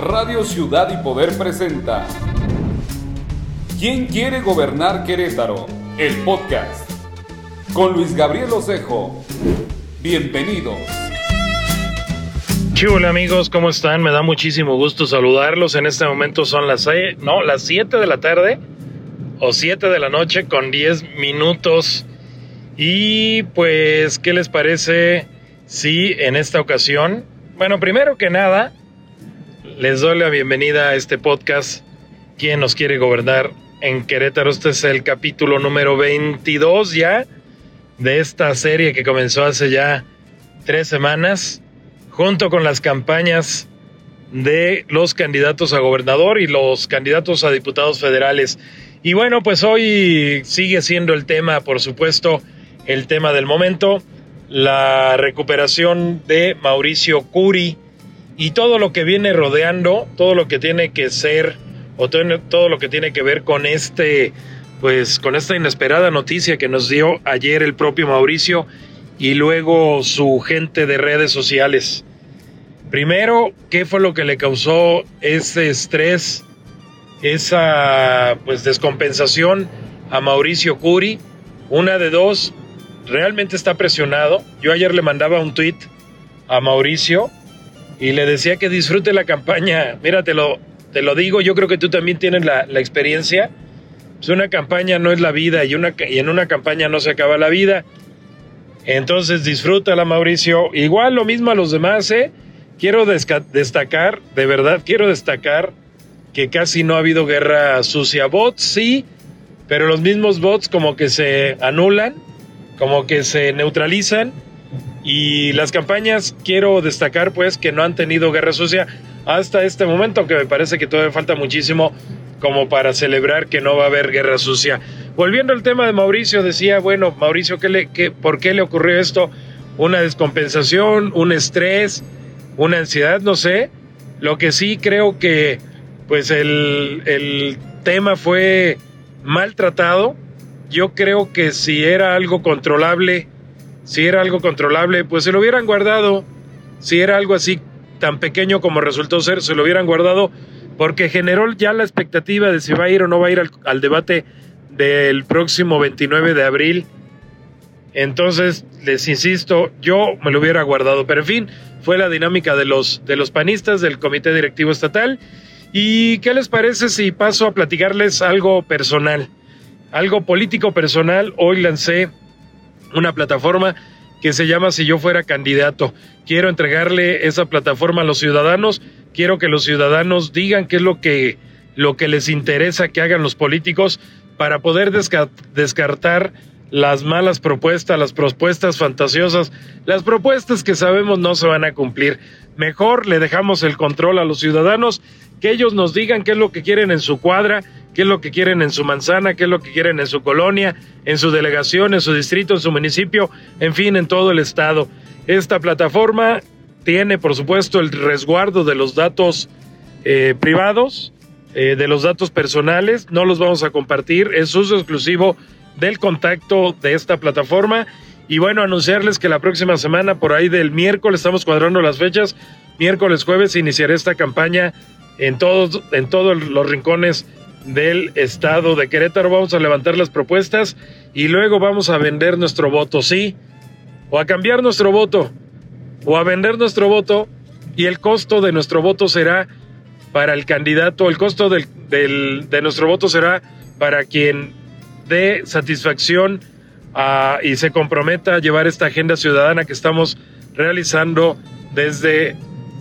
Radio Ciudad y Poder presenta ¿Quién quiere gobernar Querétaro? El podcast con Luis Gabriel Osejo. Bienvenidos. Hola amigos, ¿cómo están? Me da muchísimo gusto saludarlos. En este momento son las 7 de la tarde o 7 de la noche con 10 minutos. Y pues, ¿qué les parece si en esta ocasión, bueno, primero que nada, les doy la bienvenida a este podcast, ¿Quién nos quiere gobernar en Querétaro? Este es el capítulo número 22 ya de esta serie que comenzó hace ya 3 semanas, junto con las campañas de los candidatos a gobernador y los candidatos a diputados federales. Y bueno, pues hoy sigue siendo el tema, por supuesto, el tema del momento, la recuperación de Mauricio Curi y todo lo que viene rodeando, todo lo que tiene que ser o todo lo que tiene que ver con con esta inesperada noticia que nos dio ayer el propio Mauricio y luego su gente de redes sociales. Primero, ¿qué fue lo que le causó ese estrés, esa descompensación a Mauricio Curi? Una de dos, realmente está presionado. Yo ayer le mandaba un tweet a Mauricio y le decía que disfrute la campaña. Mira, te lo digo, yo creo que tú también tienes la experiencia. Pues una campaña no es la vida y en una campaña no se acaba la vida. Entonces disfrútala, Mauricio. Igual lo mismo a los demás, Quiero destacar, de verdad quiero destacar que casi no ha habido guerra sucia. Bots sí, pero los mismos bots como que se anulan, como que se neutralizan. Y las campañas, quiero destacar pues que no han tenido guerra sucia hasta este momento, aunque me parece que todavía falta muchísimo como para celebrar que no va a haber guerra sucia. Volviendo al tema de Mauricio, decía, bueno, Mauricio, ¿por qué le ocurrió esto? ¿Una descompensación, un estrés, una ansiedad? No sé. Lo que sí creo que pues el tema fue maltratado. Yo creo que si era algo controlable, pues se lo hubieran guardado. Si era algo así tan pequeño como resultó ser, se lo hubieran guardado, porque generó ya la expectativa de si va a ir o no va a ir al debate del próximo 29 de abril. Entonces, les insisto, yo me lo hubiera guardado. Pero en fin, fue la dinámica de los panistas del Comité Directivo Estatal. ¿Y qué les parece si paso a platicarles algo personal? Algo político personal. Hoy lancé una plataforma que se llama Si Yo Fuera Candidato. Quiero entregarle esa plataforma a los ciudadanos. Quiero que los ciudadanos digan qué es lo que les interesa que hagan los políticos para poder descartar las malas propuestas, las propuestas fantasiosas, las propuestas que sabemos no se van a cumplir. Mejor le dejamos el control a los ciudadanos, que ellos nos digan qué es lo que quieren en su cuadra, qué es lo que quieren en su manzana, qué es lo que quieren en su colonia, en su delegación, en su distrito, en su municipio, en fin, en todo el estado. Esta plataforma tiene, por supuesto, el resguardo de los datos privados, de los datos personales. No los vamos a compartir, es uso exclusivo del contacto de esta plataforma. Y bueno, anunciarles que la próxima semana, por ahí del miércoles, estamos cuadrando las fechas, miércoles, jueves, iniciaré esta campaña en todos los rincones del estado de Querétaro. Vamos a levantar las propuestas y luego vamos a vender nuestro voto, sí, o a cambiar nuestro voto, o a vender nuestro voto, y el costo de nuestro voto será para el candidato, el costo de nuestro voto será para quien dé satisfacción y se comprometa a llevar esta agenda ciudadana que estamos realizando desde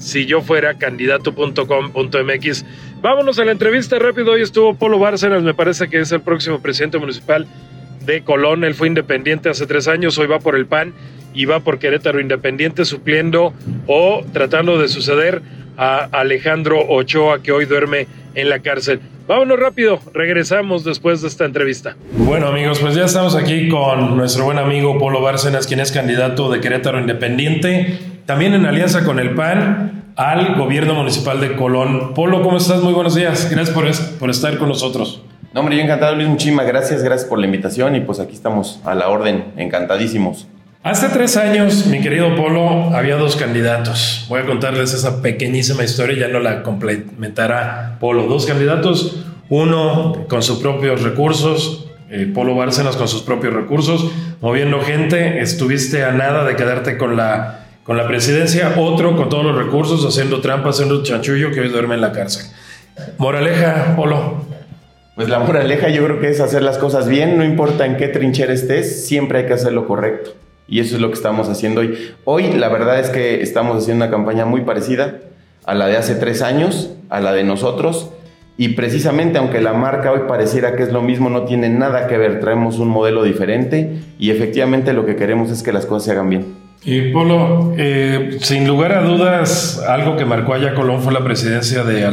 siyofueracandidato.com.mx. Vámonos a la entrevista rápido. Hoy estuvo Polo Bárcenas, me parece que es el próximo presidente municipal de Colón. Él fue independiente hace 3 años, hoy va por el PAN y va por Querétaro Independiente, supliendo o tratando de suceder a Alejandro Ochoa, que hoy duerme en la cárcel. Vámonos rápido, regresamos después de esta entrevista. Bueno amigos, pues ya estamos aquí con nuestro buen amigo Polo Bárcenas, quien es candidato de Querétaro Independiente, también en alianza con el PAN, al gobierno municipal de Colón. Polo, ¿cómo estás? Muy buenos días, gracias por estar con nosotros. No, hombre, yo encantado, Luis, muchísimas gracias por la invitación y pues aquí estamos a la orden, encantadísimos. Hace 3 años, mi querido Polo, había 2 candidatos. Voy a contarles esa pequeñísima historia, ya no la complementará Polo. 2 candidatos, uno con sus propios recursos, Polo Bárcenas con sus propios recursos, moviendo gente. Estuviste a nada de quedarte con la presidencia. Otro con todos los recursos, haciendo trampa, haciendo chanchullo, que hoy duerme en la cárcel. Moraleja, Polo. Pues la moraleja yo creo que es hacer las cosas bien, no importa en qué trinchera estés, siempre hay que hacer lo correcto. Y eso es lo que estamos haciendo hoy. Hoy la verdad es que estamos haciendo una campaña muy parecida a la de hace 3 años, a la de nosotros. Y precisamente, aunque la marca hoy pareciera que es lo mismo, no tiene nada que ver. Traemos un modelo diferente y efectivamente lo que queremos es que las cosas se hagan bien. Y Polo, sin lugar a dudas, algo que marcó allá Colón fue la presidencia de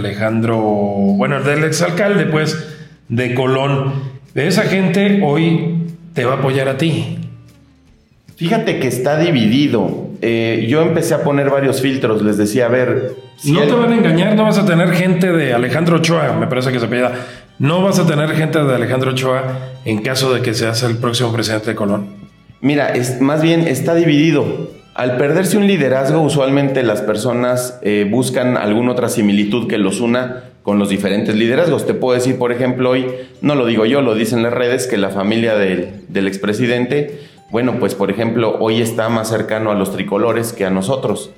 del exalcalde, pues, de Colón. De esa gente hoy te va a apoyar a ti. Fíjate que está dividido. Yo empecé a poner varios filtros. Les decía, a ver... te van a engañar, no vas a tener gente de Alejandro Ochoa, me parece que se apellida. No vas a tener gente de Alejandro Ochoa en caso de que seas el próximo presidente de Colón. Mira, más bien está dividido. Al perderse un liderazgo, usualmente las personas buscan alguna otra similitud que los una con los diferentes liderazgos. Te puedo decir, por ejemplo, hoy, no lo digo yo, lo dicen las redes, que la familia del expresidente, bueno, pues por ejemplo, hoy está más cercano a los tricolores que a nosotros.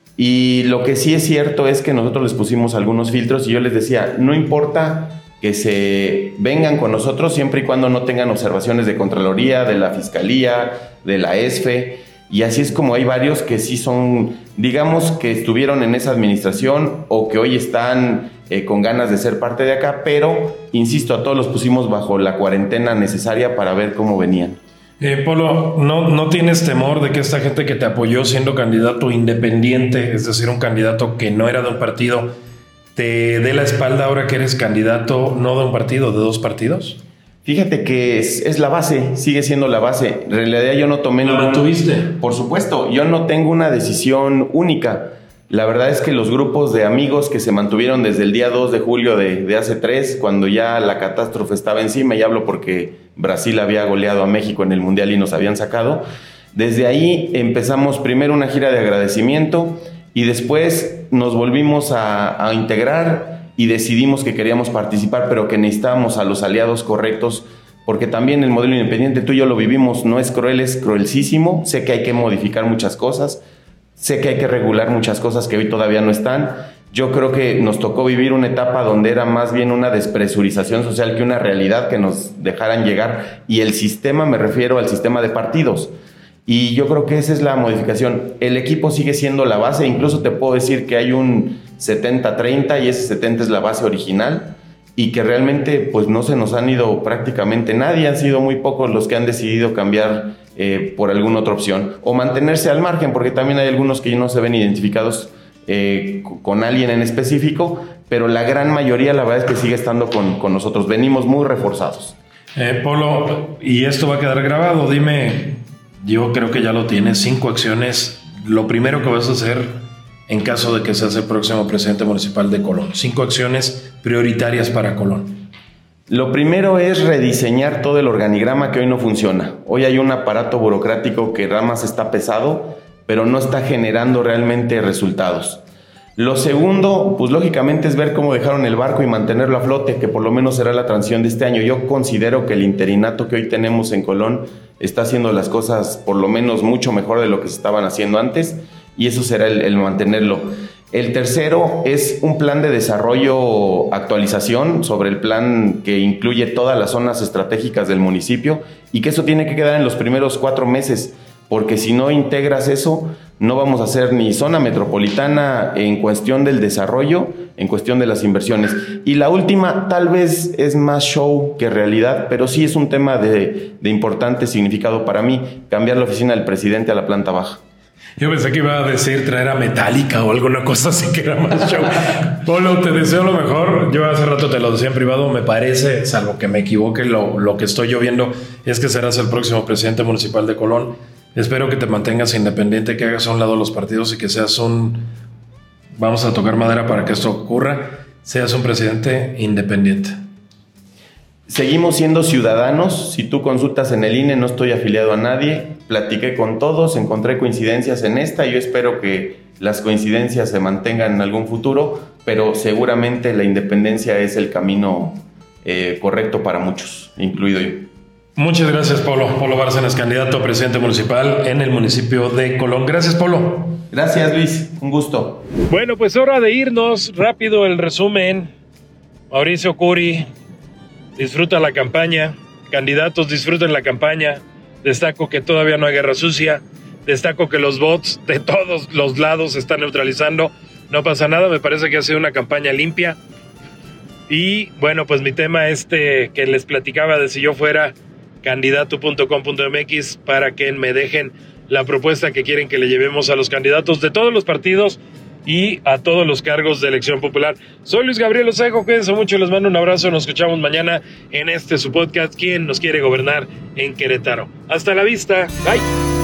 Y lo que sí es cierto es que nosotros les pusimos algunos filtros y yo les decía, no importa que se vengan con nosotros siempre y cuando no tengan observaciones de Contraloría, de la Fiscalía, de la ESFE. Y así es como hay varios que sí son, digamos, que estuvieron en esa administración o que hoy están con ganas de ser parte de acá, pero, insisto, a todos los pusimos bajo la cuarentena necesaria para ver cómo venían. Polo, ¿no tienes temor de que esta gente que te apoyó siendo candidato independiente, es decir, un candidato que no era de un partido, te dé la espalda ahora que eres candidato no de un partido, de 2 partidos? Fíjate que es la base, sigue siendo la base. En realidad yo no tomé... ¿Lo mantuviste? Por supuesto, yo no tengo una decisión única. La verdad es que los grupos de amigos que se mantuvieron desde el día 2 de julio de hace 3, cuando ya la catástrofe estaba encima, y hablo porque Brasil había goleado a México en el Mundial y nos habían sacado, desde ahí empezamos primero una gira de agradecimiento y después nos volvimos a integrar y decidimos que queríamos participar, pero que necesitábamos a los aliados correctos, porque también el modelo independiente, tú y yo lo vivimos, no es cruel, es cruelísimo. Sé que hay que modificar muchas cosas, sé que hay que regular muchas cosas que hoy todavía no están. Yo creo que nos tocó vivir una etapa donde era más bien una despresurización social que una realidad que nos dejaran llegar, y el sistema, me refiero al sistema de partidos. Y yo creo que esa es la modificación. El equipo sigue siendo la base, incluso te puedo decir que hay un 70-30 y ese 70 es la base original, y que realmente pues no se nos han ido prácticamente nadie, han sido muy pocos los que han decidido cambiar por alguna otra opción o mantenerse al margen, porque también hay algunos que no se ven identificados con alguien en específico, pero la gran mayoría la verdad es que sigue estando con nosotros, venimos muy reforzados. Polo, y esto va a quedar grabado, dime, yo creo que ya lo tienes, 5 acciones, lo primero que vas a hacer en caso de que seas el próximo presidente municipal de Colón. 5 acciones prioritarias para Colón. Lo primero es rediseñar todo el organigrama que hoy no funciona. Hoy hay un aparato burocrático que nada más está pesado, pero no está generando realmente resultados. Lo segundo, pues lógicamente es ver cómo dejaron el barco y mantenerlo a flote, que por lo menos será la transición de este año. Yo considero que el interinato que hoy tenemos en Colón está haciendo las cosas por lo menos mucho mejor de lo que se estaban haciendo antes, y eso será el mantenerlo. El tercero es un plan de desarrollo, actualización sobre el plan que incluye todas las zonas estratégicas del municipio, y que eso tiene que quedar en los primeros 4 meses, porque si no integras eso, no vamos a hacer ni zona metropolitana en cuestión del desarrollo, en cuestión de las inversiones. Y la última tal vez es más show que realidad, pero sí es un tema de importante significado para mí, cambiar la oficina del presidente a la planta baja. Yo pensé que iba a decir traer a Metallica o alguna cosa así que era más show. Polo, te deseo lo mejor. Yo hace rato te lo decía en privado, me parece, salvo que me equivoque, lo que estoy yo viendo es que serás el próximo presidente municipal de Colón. Espero que te mantengas independiente, que hagas a un lado los partidos y que seas vamos a tocar madera para que esto ocurra, seas un presidente independiente. Seguimos siendo ciudadanos. Si tú consultas en el INE, no estoy afiliado a nadie. Platiqué con todos, encontré coincidencias en esta. Yo espero que las coincidencias se mantengan en algún futuro, pero seguramente la independencia es el camino correcto para muchos, incluido yo. Muchas gracias, Polo. Polo Bárcenas, candidato a presidente municipal en el municipio de Colón. Gracias, Polo. Gracias, Luis. Un gusto. Bueno, pues hora de irnos. Rápido el resumen. Mauricio Curi disfruta la campaña. Candidatos disfruten la campaña. Destaco que todavía no hay guerra sucia. Destaco que los bots de todos los lados se están neutralizando. No pasa nada. Me parece que ha sido una campaña limpia. Y bueno, pues mi tema que les platicaba de si yo fuera candidato.com.mx para que me dejen la propuesta que quieren que le llevemos a los candidatos de todos los partidos y a todos los cargos de elección popular. Soy Luis Gabriel Osejo, cuídense mucho, les mando un abrazo, nos escuchamos mañana en su podcast, ¿Quién nos quiere gobernar en Querétaro? Hasta la vista, bye.